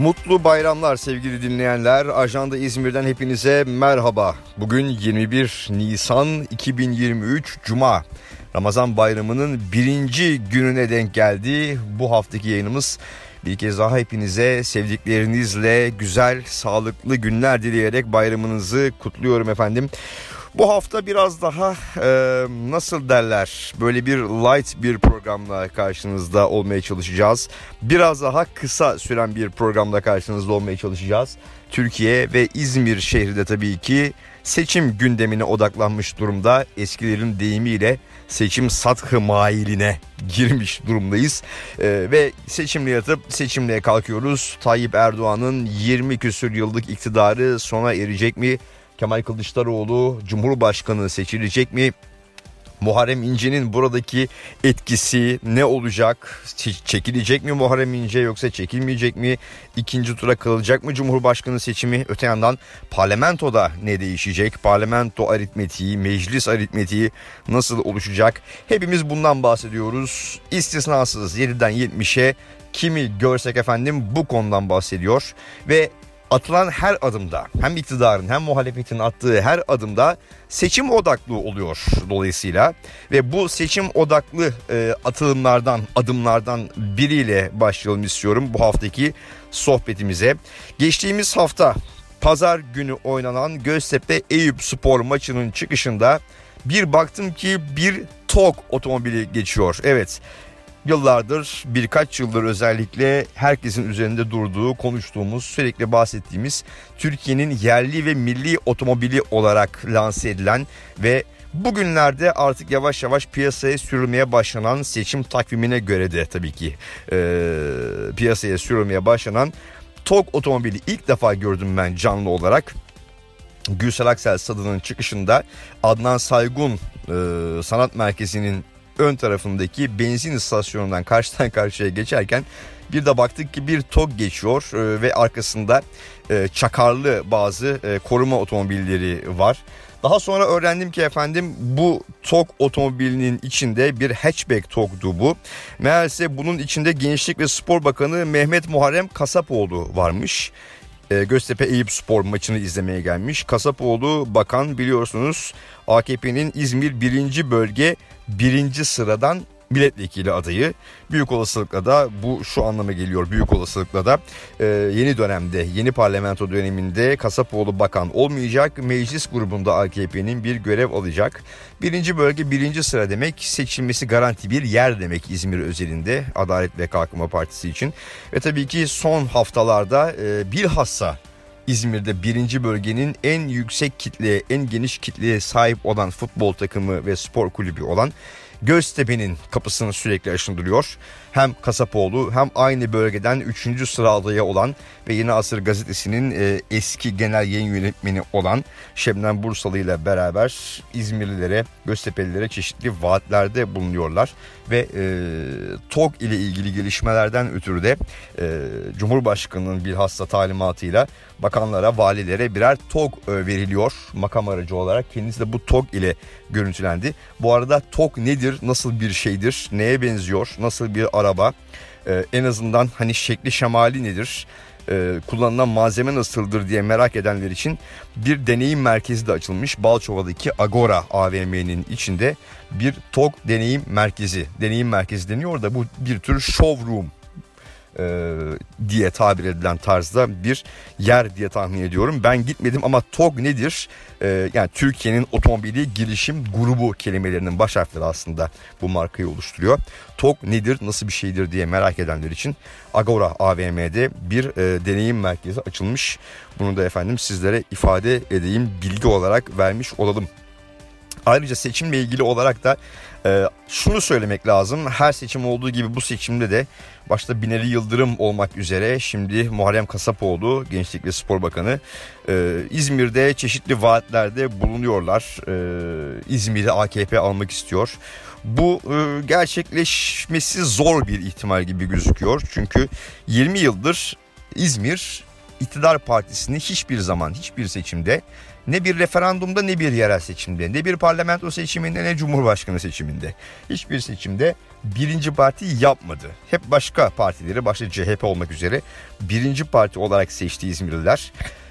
Mutlu bayramlar sevgili dinleyenler. Ajanda İzmir'den hepinize merhaba. Bugün 21 Nisan 2023 Cuma. Ramazan bayramının birinci gününe denk geldi. Bu haftaki yayınımız bir kez daha hepinize sevdiklerinizle güzel, sağlıklı günler dileyerek bayramınızı kutluyorum efendim. Bu hafta biraz daha nasıl derler, böyle bir light bir programla karşınızda olmaya çalışacağız. Biraz daha kısa süren bir programla karşınızda olmaya çalışacağız. Türkiye ve İzmir şehri de tabii ki seçim gündemine odaklanmış durumda. Eskilerin deyimiyle seçim sathı mailine girmiş durumdayız. Ve seçimle yatıp seçimle kalkıyoruz. Tayyip Erdoğan'ın 20 küsur yıllık iktidarı sona erecek mi? Kemal Kılıçdaroğlu Cumhurbaşkanı seçilecek mi? Muharrem İnce'nin buradaki etkisi ne olacak? Çekilecek mi Muharrem İnce yoksa çekilmeyecek mi? İkinci tura kalacak mı Cumhurbaşkanı seçimi? Öte yandan parlamentoda ne değişecek? Parlamento aritmetiği, meclis aritmetiği nasıl oluşacak? Hepimiz bundan bahsediyoruz. İstisnasız 7'den 70'e kimi görsek efendim bu konudan bahsediyor. Ve atılan her adımda hem iktidarın hem muhalefetin attığı her adımda seçim odaklı oluyor dolayısıyla. Ve bu seçim odaklı adımlardan biriyle başlayalım istiyorum bu haftaki sohbetimize. Geçtiğimiz hafta pazar günü oynanan Göztepe Eyüpspor maçının çıkışında bir baktım ki bir TOG otomobili geçiyor. Evet. Yıllardır, birkaç yıldır özellikle herkesin üzerinde durduğu, konuştuğumuz, sürekli bahsettiğimiz Türkiye'nin yerli ve milli otomobili olarak lanse edilen ve bugünlerde artık yavaş yavaş piyasaya sürülmeye başlanan, seçim takvimine göre de tabii ki piyasaya sürülmeye başlanan TOG otomobili ilk defa gördüm ben canlı olarak. Gülsel Aksel Stadı'nın çıkışında Adnan Saygun Sanat Merkezi'nin ön tarafındaki benzin istasyonundan karşıdan karşıya geçerken bir de baktık ki bir TOG geçiyor ve arkasında çakarlı bazı koruma otomobilleri var. Daha sonra öğrendim ki efendim bu TOG otomobilinin içinde bir hatchback TOG'du bu. Meğerse bunun içinde Gençlik ve Spor Bakanı Mehmet Muharrem Kasapoğlu varmış. Göztepe Eyüpspor maçını izlemeye gelmiş. Kasapoğlu bakan, biliyorsunuz AKP'nin İzmir 1. Bölge 1. sıradan milletvekili adayı. Büyük olasılıkla da bu şu anlama geliyor. Büyük olasılıkla da yeni dönemde, yeni parlamento döneminde Kasapoğlu bakan olmayacak. Meclis grubunda AKP'nin bir görev alacak. 1. bölge 1. sıra demek, seçilmesi garanti bir yer demek İzmir özelinde Adalet ve Kalkınma Partisi için. Ve tabii ki son haftalarda bilhassa İzmir'de 1. bölgenin en yüksek kitleye, en geniş kitleye sahip olan futbol takımı ve spor kulübü olan Göztepe'nin kapısını sürekli aşındırıyor. Hem Kasapoğlu hem aynı bölgeden 3. sıra adayı olan ve Yeni Asır gazetesinin eski genel yayın yönetmeni olan Şebnem Bursalı ile beraber İzmirlilere, Göztepe'lilere çeşitli vaatlerde bulunuyorlar. Ve TOG ile ilgili gelişmelerden ötürü de Cumhurbaşkanı'nın bilhassa talimatıyla bakanlara, valilere birer TOG veriliyor makam aracı olarak. Kendisi de bu TOG ile görüntülendi. Bu arada TOG nedir, nasıl bir şeydir, neye benziyor, nasıl bir araba, en azından hani şekli şemali nedir, kullanılan malzeme nasıldır diye merak edenler için bir deneyim merkezi de açılmış. Balçova'daki Agora AVM'nin içinde bir TOG deneyim merkezi. Deneyim merkezi deniyor da bu bir tür showroom diye tabir edilen tarzda bir yer diye tahmin ediyorum. Ben gitmedim ama TOG nedir? Yani Türkiye'nin otomobili girişim grubu kelimelerinin baş harfleri aslında bu markayı oluşturuyor. TOG nedir, nasıl bir şeydir diye merak edenler için Agora AVM'de bir deneyim merkezi açılmış. Bunu da efendim sizlere ifade edeyim, bilgi olarak vermiş olalım. Ayrıca seçimle ilgili olarak da şunu söylemek lazım. Her seçim olduğu gibi bu seçimde de başta Binali Yıldırım olmak üzere şimdi Muharrem Kasapoğlu, Gençlik ve Spor Bakanı, İzmir'de çeşitli vaatlerde bulunuyorlar. İzmir'i AKP almak istiyor. Bu gerçekleşmesi zor bir ihtimal gibi gözüküyor. Çünkü 20 yıldır İzmir iktidar partisini hiçbir zaman, hiçbir seçimde, ne bir referandumda, ne bir yerel seçimde, ne bir parlamento seçiminde, ne cumhurbaşkanı seçiminde, hiçbir seçimde birinci parti yapmadı. Hep başka partileri, başta CHP olmak üzere birinci parti olarak seçti İzmirliler.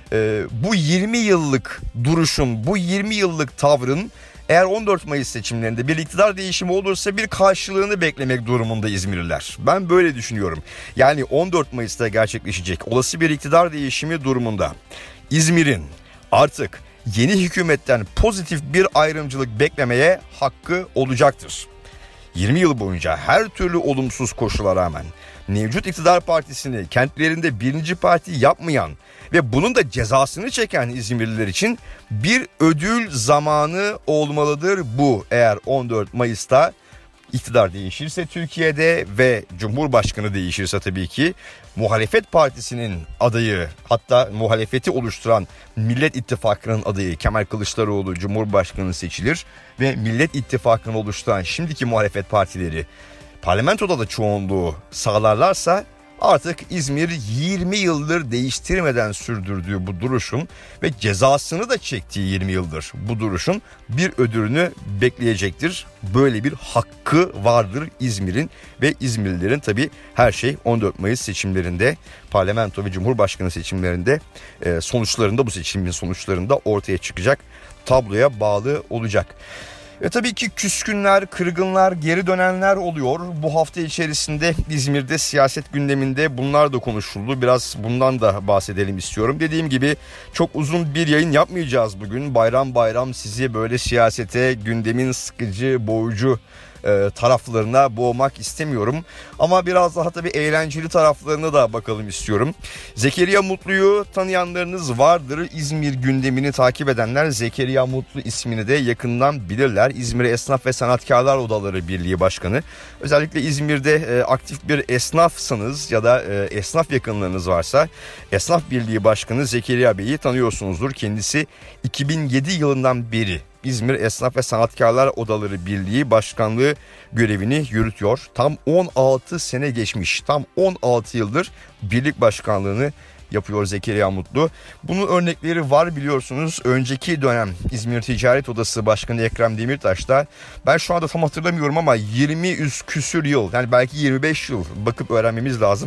Bu 20 yıllık duruşun, bu 20 yıllık tavrın eğer 14 Mayıs seçimlerinde bir iktidar değişimi olursa bir karşılığını beklemek durumunda İzmirliler. Ben böyle düşünüyorum. Yani 14 Mayıs'ta gerçekleşecek olası bir iktidar değişimi durumunda İzmir'in artık yeni hükümetten pozitif bir ayrımcılık beklemeye hakkı olacaktır. 20 yıl boyunca her türlü olumsuz koşula rağmen mevcut iktidar partisini kentlerinde birinci parti yapmayan ve bunun da cezasını çeken İzmirliler için bir ödül zamanı olmalıdır bu. Eğer 14 Mayıs'ta iktidar değişirse Türkiye'de ve Cumhurbaşkanı değişirse tabii ki muhalefet partisinin adayı, hatta muhalefeti oluşturan Millet İttifakı'nın adayı Kemal Kılıçdaroğlu Cumhurbaşkanı seçilir ve Millet İttifakı'nı oluşturan şimdiki muhalefet partileri parlamentoda da çoğunluğu sağlarlarsa artık İzmir 20 yıldır değiştirmeden sürdürdüğü bu duruşun ve cezasını da çektiği 20 yıldır bu duruşun bir ödülünü bekleyecektir. Böyle bir hakkı vardır İzmir'in ve İzmirlilerin. Tabii her şey 14 Mayıs seçimlerinde, parlamento ve cumhurbaşkanı seçimlerinde sonuçlarında, bu seçimin sonuçlarında ortaya çıkacak tabloya bağlı olacak. Tabii ki küskünler, kırgınlar, geri dönenler oluyor. Bu hafta içerisinde İzmir'de siyaset gündeminde bunlar da konuşuldu. Biraz bundan da bahsedelim istiyorum. Dediğim gibi çok uzun bir yayın yapmayacağız bugün. Bayram bayram sizi böyle siyasete, gündemin sıkıcı, boğucu taraflarına boğmak istemiyorum. Ama biraz daha tabii eğlenceli taraflarına da bakalım istiyorum. Zekeriya Mutlu'yu tanıyanlarınız vardır. İzmir gündemini takip edenler Zekeriya Mutlu ismini de yakından bilirler. İzmir Esnaf ve Sanatkarlar Odaları Birliği Başkanı. Özellikle İzmir'de aktif bir esnafsanız ya da esnaf yakınlarınız varsa Esnaf Birliği Başkanı Zekeriya Bey'i tanıyorsunuzdur. Kendisi 2007 yılından beri İzmir Esnaf ve Sanatkarlar Odaları Birliği Başkanlığı görevini yürütüyor. Tam 16 sene geçmiş. Tam 16 yıldır birlik başkanlığını yapıyor Zekeriya Mutlu. Bunun örnekleri var biliyorsunuz. Önceki dönem İzmir Ticaret Odası Başkanı Ekrem Demirtaş'ta, ben şu anda tam hatırlamıyorum ama 20 küsür yıl, yani belki 25 yıl bakıp öğrenmemiz lazım,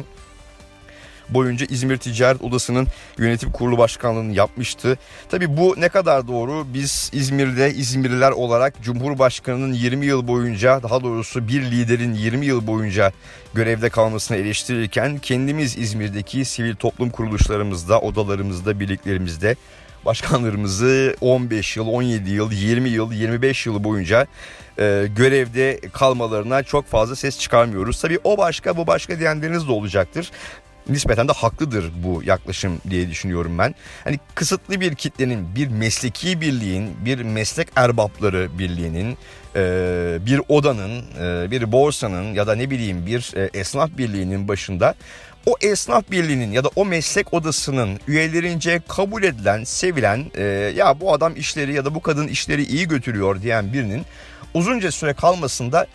boyunca İzmir Ticaret Odası'nın yönetim kurulu başkanlığını yapmıştı. Tabii bu ne kadar doğru? Biz İzmir'de İzmirliler olarak Cumhurbaşkanı'nın 20 yıl boyunca, daha doğrusu bir liderin 20 yıl boyunca görevde kalmasını eleştirirken kendimiz İzmir'deki sivil toplum kuruluşlarımızda, odalarımızda, birliklerimizde başkanlarımızı 15 yıl, 17 yıl, 20 yıl, 25 yıl boyunca görevde kalmalarına çok fazla ses çıkarmıyoruz. Tabii o başka, bu başka diyenleriniz de olacaktır. Nispeten de haklıdır bu yaklaşım diye düşünüyorum ben. Hani kısıtlı bir kitlenin, bir mesleki birliğin, bir meslek erbapları birliğinin, bir odanın, bir borsanın ya da ne bileyim bir esnaf birliğinin başında o esnaf birliğinin ya da o meslek odasının üyelerince kabul edilen, sevilen, ya bu adam işleri ya da bu kadın işleri iyi götürüyor diyen birinin uzunca süre kalmasında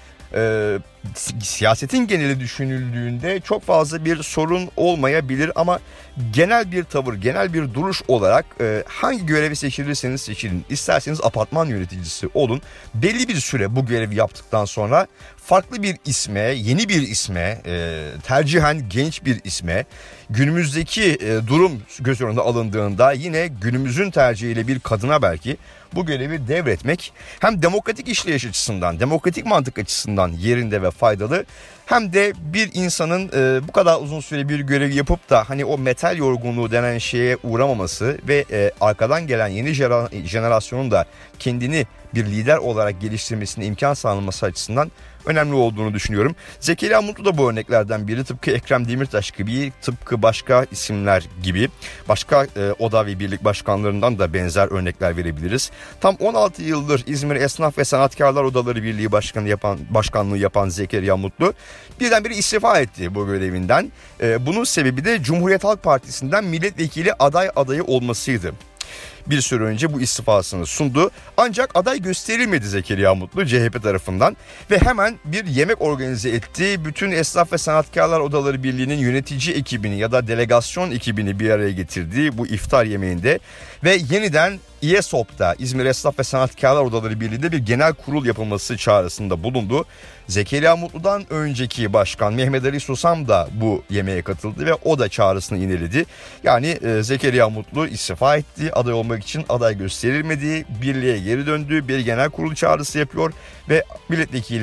siyasetin geneli düşünüldüğünde çok fazla bir sorun olmayabilir ama genel bir tavır, genel bir duruş olarak hangi görevi seçilirseniz seçilin, isterseniz apartman yöneticisi olun, belli bir süre bu görevi yaptıktan sonra farklı bir isme, yeni bir isme, tercihen genç bir isme, günümüzdeki durum göz önünde alındığında yine günümüzün tercihiyle bir kadına belki bu görevi devretmek hem demokratik işleyiş açısından, demokratik mantık açısından yerinde ve faydalı, hem de bir insanın bu kadar uzun süre bir görevi yapıp da hani o metal yorgunluğu denen şeye uğramaması ve arkadan gelen yeni jenerasyonun da kendini bir lider olarak geliştirmesine imkan sağlanması açısından önemli olduğunu düşünüyorum. Zekeriya Mutlu da bu örneklerden biri. Tıpkı Ekrem Demirtaş gibi, tıpkı başka isimler gibi, başka oda ve birlik başkanlarından da benzer örnekler verebiliriz. Tam 16 yıldır İzmir Esnaf ve Sanatkarlar Odaları Birliği başkanlığı yapan Zekeriya Mutlu birdenbire istifa etti bu görevinden. Bunun sebebi de Cumhuriyet Halk Partisi'nden milletvekili adayı olmasıydı. Bir süre önce bu istifasını sundu. Ancak aday gösterilmedi Zekeriya Mutlu CHP tarafından ve hemen bir yemek organize etti. Bütün Esnaf ve Sanatkarlar Odaları Birliği'nin yönetici ekibini ya da delegasyon ekibini bir araya getirdi bu iftar yemeğinde ve yeniden İESOP'ta, İzmir Esnaf ve Sanatkarlar Odaları Birliği'nde bir genel kurul yapılması çağrısında bulundu. Zekeriya Mutlu'dan önceki başkan Mehmet Ali Susam da bu yemeğe katıldı ve o da çağrısını yineledi. Yani Zekeriya Mutlu istifa etti, aday olmak için aday gösterilmedi, birliğe geri döndü, bir genel kurul çağrısı yapıyor ve milletvekili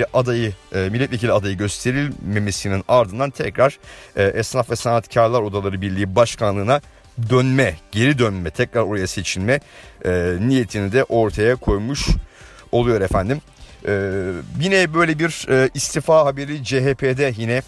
adayı gösterilmemesinin ardından tekrar Esnaf ve Sanatkarlar Odaları Birliği Başkanlığı'na geri dönme, tekrar oraya seçilme niyetini de ortaya koymuş oluyor efendim. Yine böyle bir istifa haberi CHP'de yine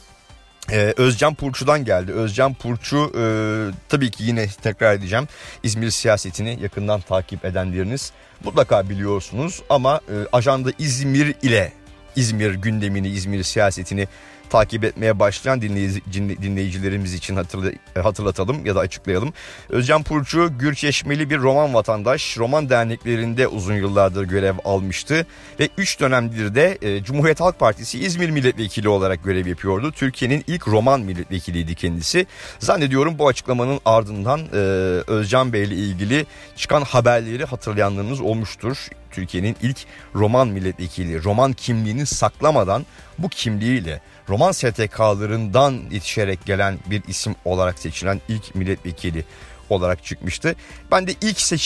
Özcan Purçu'dan geldi. Özcan Purçu tabii ki yine tekrar edeceğim, İzmir siyasetini yakından takip edenleriniz mutlaka biliyorsunuz ama ajanda İzmir ile İzmir gündemini, İzmir siyasetini takip etmeye başlayan dinleyicilerimiz için hatırlatalım ya da açıklayalım. Özcan Purçu Gürçeşmeli bir Roman vatandaş. Roman derneklerinde uzun yıllardır görev almıştı ve 3 dönemdir de Cumhuriyet Halk Partisi İzmir milletvekili olarak görev yapıyordu. Türkiye'nin ilk Roman milletvekiliydi kendisi. Zannediyorum bu açıklamanın ardından Özcan Bey ile ilgili çıkan haberleri hatırlayanlarınız olmuştur. Türkiye'nin ilk Roman milletvekili, Roman kimliğini saklamadan bu kimliğiyle Roman STK'larından yetişerek gelen bir isim olarak seçilen ilk milletvekili olarak çıkmıştı. Ben de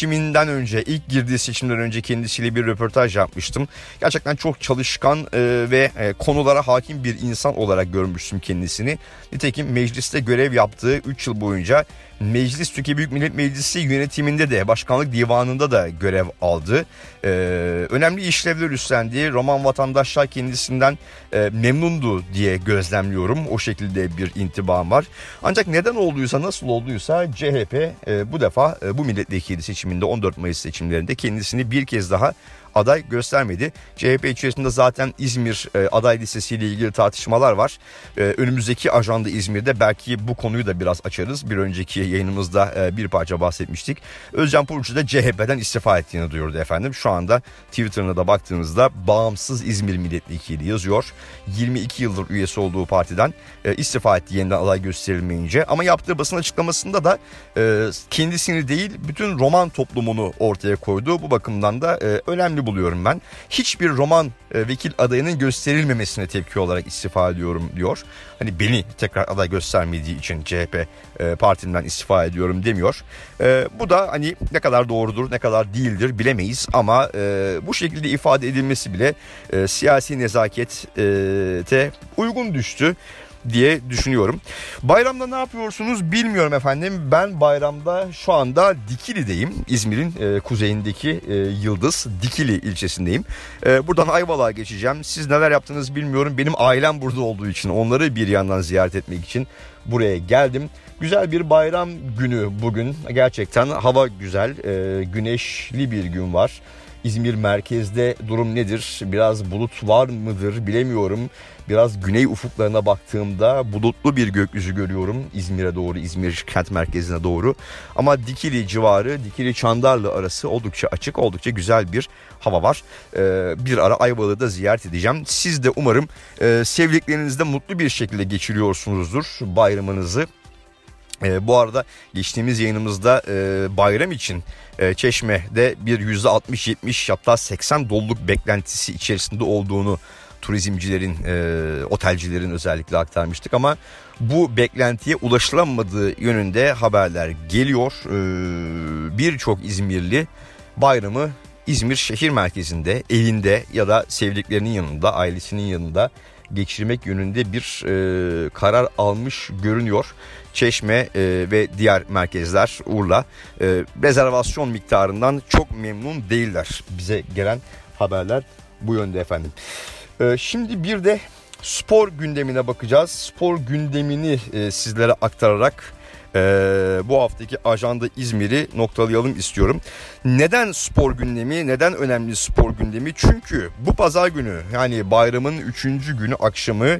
ilk girdiği seçimden önce kendisiyle bir röportaj yapmıştım. Gerçekten çok çalışkan ve konulara hakim bir insan olarak görmüştüm kendisini. Nitekim mecliste görev yaptığı 3 yıl boyunca Türkiye Büyük Millet Meclisi yönetiminde de, başkanlık divanında da görev aldı. Önemli işlevler üstlendiği, Roman vatandaşlar kendisinden memnundu diye gözlemliyorum. O şekilde bir intibam var. Ancak neden olduysa, nasıl olduysa CHP bu defa bu milletvekili seçiminde, 14 Mayıs seçimlerinde kendisini bir kez daha aday göstermedi. CHP içerisinde zaten İzmir aday listesiyle ilgili tartışmalar var. Önümüzdeki ajanda İzmir'de belki bu konuyu da biraz açarız. Bir önceki yayınımızda bir parça bahsetmiştik. Özcan Purçu da CHP'den istifa ettiğini duyurdu efendim. Şu anda Twitter'ına da baktığınızda bağımsız İzmir milletvekili yazıyor. 22 yıldır üyesi olduğu partiden istifa etti yeniden aday gösterilmeyince. Ama yaptığı basın açıklamasında da kendisini değil, bütün Roman toplumunu ortaya koydu. Bu bakımdan da önemli buluyorum ben. Hiçbir Roman vekil adayının gösterilmemesine tepki olarak istifa ediyorum diyor. Hani beni tekrar aday göstermediği için CHP partimden istifa ediyorum demiyor. Bu da hani ne kadar doğrudur, ne kadar değildir bilemeyiz ama bu şekilde ifade edilmesi bile siyasi nezakete uygun düştü diye düşünüyorum. Bayramda ne yapıyorsunuz bilmiyorum efendim. Ben bayramda şu anda Dikili'deyim. İzmir'in kuzeyindeki Yıldız Dikili ilçesindeyim. Buradan Ayvalık'a geçeceğim. Siz neler yaptınız bilmiyorum. Benim ailem burada olduğu için, onları bir yandan ziyaret etmek için buraya geldim. Güzel bir bayram günü bugün. Gerçekten hava güzel. Güneşli bir gün var. İzmir merkezde durum nedir? Biraz bulut var mıdır bilemiyorum. Biraz güney ufuklarına baktığımda bulutlu bir gökyüzü görüyorum. İzmir'e doğru, İzmir kent merkezine doğru. Ama Dikili civarı, Dikili Çandarlı arası oldukça açık, oldukça güzel bir hava var. Bir ara Ayvalık'ı da ziyaret edeceğim. Siz de umarım sevdiklerinizle mutlu bir şekilde geçiriyorsunuzdur bayramınızı. Bu arada geçtiğimiz yayınımızda bayram için Çeşme'de bir %60-70 hatta 80 doluluk beklentisi içerisinde olduğunu turizmcilerin, otelcilerin özellikle aktarmıştık ama bu beklentiye ulaşılamadığı yönünde haberler geliyor. Birçok İzmirli bayramı İzmir şehir merkezinde, evinde ya da sevdiklerinin yanında, ailesinin yanında geçirmek yönünde bir karar almış görünüyor. Çeşme ve diğer merkezler, Urla rezervasyon miktarından çok memnun değiller. Bize gelen haberler bu yönde efendim. Şimdi bir de spor gündemine bakacağız. Spor gündemini sizlere aktararak bu haftaki ajanda İzmir'i noktalayalım istiyorum. Neden spor gündemi? Neden önemli spor gündemi? Çünkü bu pazar günü, yani bayramın 3. günü akşamı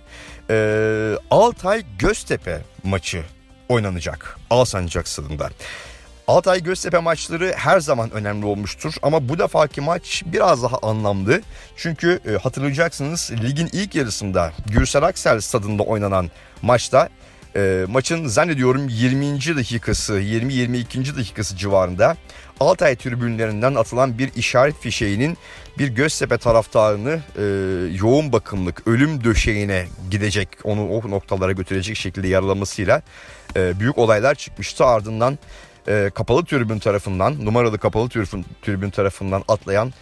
Altay Göztepe maçı oynanacak Alsancak Stadı'nda. Altay Göztepe maçları her zaman önemli olmuştur ama bu defaki maç biraz daha anlamlı. Çünkü hatırlayacaksınız, ligin ilk yarısında Gürsel Aksel Stadı'nda oynanan maçta Maçın zannediyorum 20. dakikası 20-22. dakikası civarında Altay tribünlerinden atılan bir işaret fişeğinin bir Göztepe taraftarını yoğun bakımlık ölüm döşeğine gidecek, onu o noktalara götürecek şekilde yaralamasıyla büyük olaylar çıkmıştı. Ardından kapalı tribün tarafından, numaralı kapalı tribün tarafından atlayan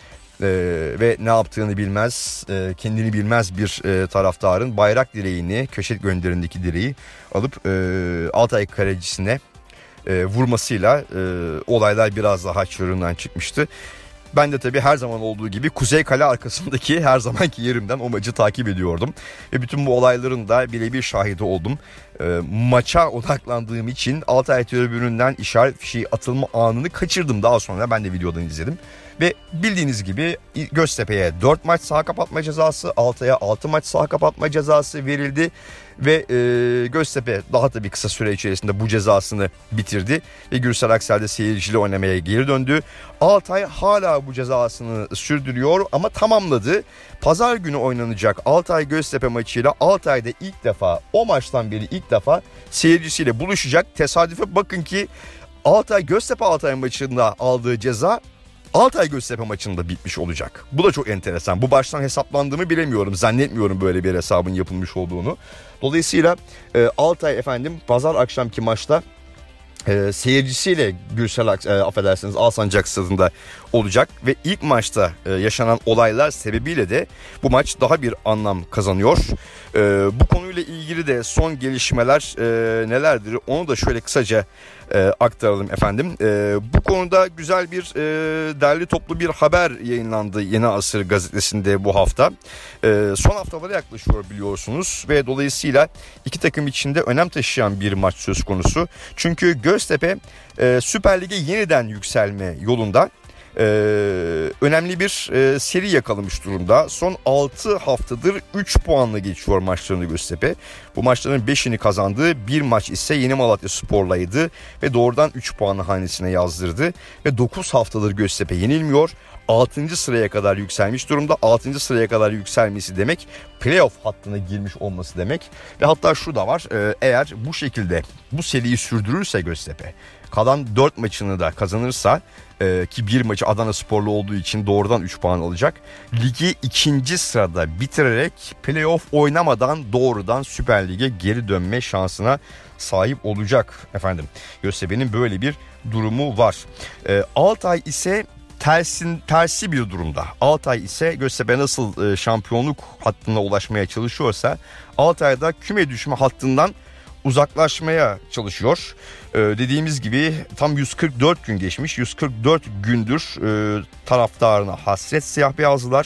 ve ne yaptığını bilmez, kendini bilmez bir taraftarın bayrak direğini, köşe gönderindeki direği alıp Altay kalecisine vurmasıyla olaylar biraz daha çığırından çıkmıştı. Ben de tabii her zaman olduğu gibi Kuzey Kale arkasındaki her zamanki yerimden o maçı takip ediyordum. Ve bütün bu olayların da birebir şahidi oldum. Maça odaklandığım için Altay tribününden işaret fişeği atılma anını kaçırdım. Daha sonra ben de videodan izledim. Ve bildiğiniz gibi Göztepe'ye 4 maç saha kapatma cezası, Altay'a 6 maç saha kapatma cezası verildi. Ve Göztepe daha tabii kısa süre içerisinde bu cezasını bitirdi. Ve Gürsel Aksel de seyircili oynamaya geri döndü. Altay hala bu cezasını sürdürüyor ama tamamladı. Pazar günü oynanacak Altay Göztepe maçıyla Altay'da ilk defa, o maçtan beri ilk defa seyircisiyle buluşacak. Tesadüfe bakın ki Altay Göztepe maçında aldığı ceza Altay Göztepe maçında bitmiş olacak. Bu da çok enteresan. Bu baştan hesaplandığımı bilemiyorum. Zannetmiyorum böyle bir hesabın yapılmış olduğunu. Dolayısıyla Altay efendim pazar akşamki maçta seyircisiyle affedersiniz Alsancak Stadı'nda olacak ve ilk maçta yaşanan olaylar sebebiyle de bu maç daha bir anlam kazanıyor. Bu konuyla ilgili de son gelişmeler nelerdir onu da şöyle kısaca aktaralım efendim. Bu konuda güzel bir derli toplu bir haber yayınlandı Yeni Asır gazetesinde bu hafta. Son haftalara yaklaşıyor biliyorsunuz ve dolayısıyla iki takım içinde önem taşıyan bir maç söz konusu. Çünkü Göztepe Süper Lig'e yeniden yükselme yolunda önemli bir seri yakalamış durumda. Son 6 haftadır 3 puanla geçiyor maçlarını Göztepe. Bu maçların 5'ini kazandığı, bir maç ise Yeni Malatyaspor'laydı ve doğrudan 3 puanı hanesine yazdırdı. Ve 9 haftadır Göztepe yenilmiyor. 6. sıraya kadar yükselmiş durumda. 6. sıraya kadar yükselmesi demek playoff hattına girmiş olması demek. Ve hatta şu da var, eğer bu şekilde bu seriyi sürdürürse Göztepe, kalan 4 maçını da kazanırsa ki bir maçı Adanasporlu olduğu için doğrudan 3 puan alacak. Ligi 2. sırada bitirerek playoff oynamadan doğrudan Süper Lig'e geri dönme şansına sahip olacak efendim. Göztepe'nin böyle bir durumu var. Altay ise tersi bir durumda. Altay ise Göztepe nasıl şampiyonluk hattına ulaşmaya çalışıyorsa Altay'da küme düşme hattından uzaklaşmaya çalışıyor. Dediğimiz gibi tam 144 gün geçmiş. 144 gündür taraftarına hasret siyah beyazlılar.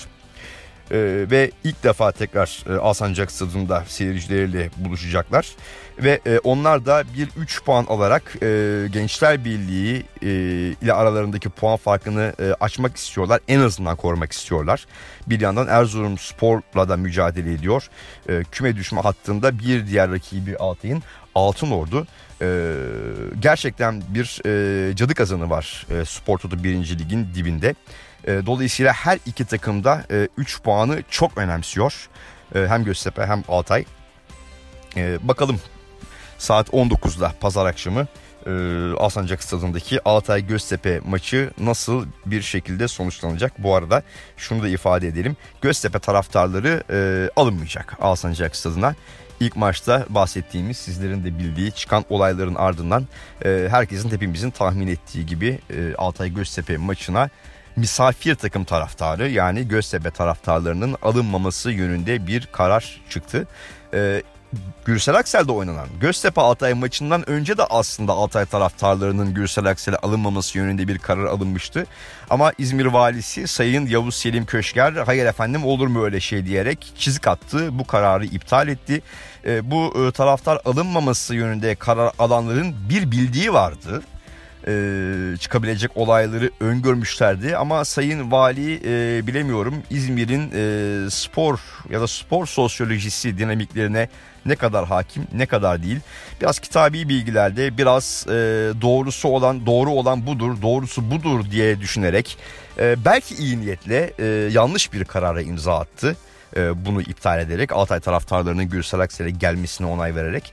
Ve ilk defa tekrar Alsancak Stadı'nda seyircileriyle buluşacaklar. Ve onlar da bir 3 puan alarak Gençler Birliği ile aralarındaki puan farkını açmak istiyorlar. En azından korumak istiyorlar. Bir yandan Erzurumspor'la da mücadele ediyor. Küme düşme hattında bir diğer rakibi Altay'ın Altınordu. Gerçekten bir cadı kazanı var Spor Toto 1. Lig'in dibinde. Dolayısıyla her iki takım da 3 puanı çok önemsiyor. Hem Göztepe hem Altay. Bakalım saat 19'da pazar akşamı Alsancak Stadı'ndaki Altay Göztepe maçı nasıl bir şekilde sonuçlanacak? Bu arada şunu da ifade edelim. Göztepe taraftarları alınmayacak Alsancak Stadı'na. İlk maçta bahsettiğimiz, sizlerin de bildiği çıkan olayların ardından herkesin, hepimizin tahmin ettiği gibi Altay Göztepe maçına misafir takım taraftarı, yani Göztepe taraftarlarının alınmaması yönünde bir karar çıktı. Gürsel Aksel'de oynanan Göztepe Altay maçından önce de aslında Altay taraftarlarının Gürsel Aksel'e alınmaması yönünde bir karar alınmıştı. Ama İzmir valisi Sayın Yavuz Selim Köşker hayır efendim olur mu öyle şey diyerek çizik attı. Bu kararı iptal etti. Bu taraftar alınmaması yönünde karar alanların bir bildiği vardı. Çıkabilecek olayları öngörmüşlerdi ama Sayın Vali bilemiyorum İzmir'in spor ya da spor sosyolojisi dinamiklerine ne kadar hakim, ne kadar değil. Biraz kitabi bilgilerde biraz doğru olan budur, doğrusu budur diye düşünerek belki iyi niyetle yanlış bir karara imza attı. Bunu iptal ederek, Altay taraftarlarının Gürsel Aksel'e gelmesine onay vererek.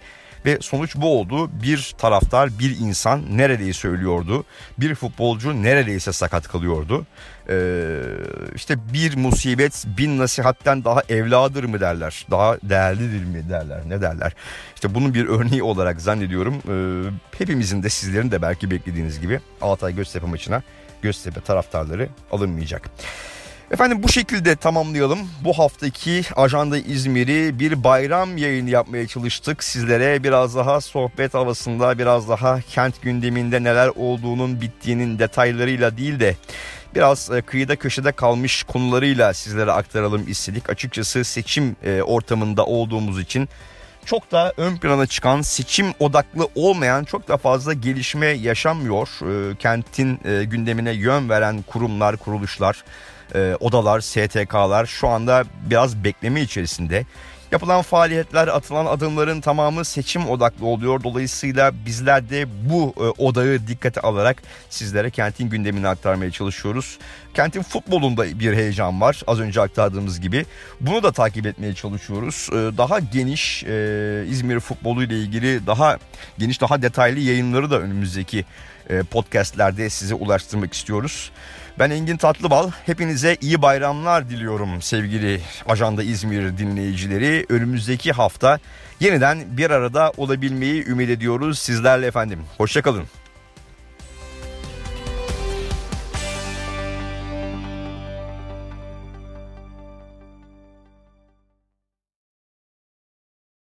Ve sonuç bu oldu. Bir taraftar, bir insan neredeyse ölüyordu. Bir futbolcu neredeyse sakat kalıyordu. İşte bir musibet bin nasihatten daha evladır mı derler, daha değerlidir mi derler, ne derler. İşte bunun bir örneği olarak zannediyorum hepimizin de, sizlerin de belki beklediğiniz gibi Altay Göztepe maçına Göztepe taraftarları alınmayacak. Efendim bu şekilde tamamlayalım. Bu haftaki Ajanda İzmir'i bir bayram yayını yapmaya çalıştık. Sizlere biraz daha sohbet havasında, biraz daha kent gündeminde neler olduğunun, bittiğinin detaylarıyla değil de biraz kıyıda köşede kalmış konularıyla sizlere aktaralım istedik. Açıkçası seçim ortamında olduğumuz için çok da ön plana çıkan, seçim odaklı olmayan çok da fazla gelişme yaşanmıyor. Kentin gündemine yön veren kurumlar, kuruluşlar, odalar, STK'lar şu anda biraz bekleme içerisinde. Yapılan faaliyetler, atılan adımların tamamı seçim odaklı oluyor. Dolayısıyla bizler de bu odağı dikkate alarak sizlere kentin gündemini aktarmaya çalışıyoruz. Kentin futbolunda bir heyecan var, az önce aktardığımız gibi. Bunu da takip etmeye çalışıyoruz. Daha geniş İzmir futbolu ile ilgili daha geniş, daha detaylı yayınları da önümüzdeki podcastlerde size ulaştırmak istiyoruz. Ben Engin Tatlıbal, hepinize iyi bayramlar diliyorum sevgili Ajanda İzmir dinleyicileri. Önümüzdeki hafta yeniden bir arada olabilmeyi ümit ediyoruz sizlerle efendim. Hoşça kalın.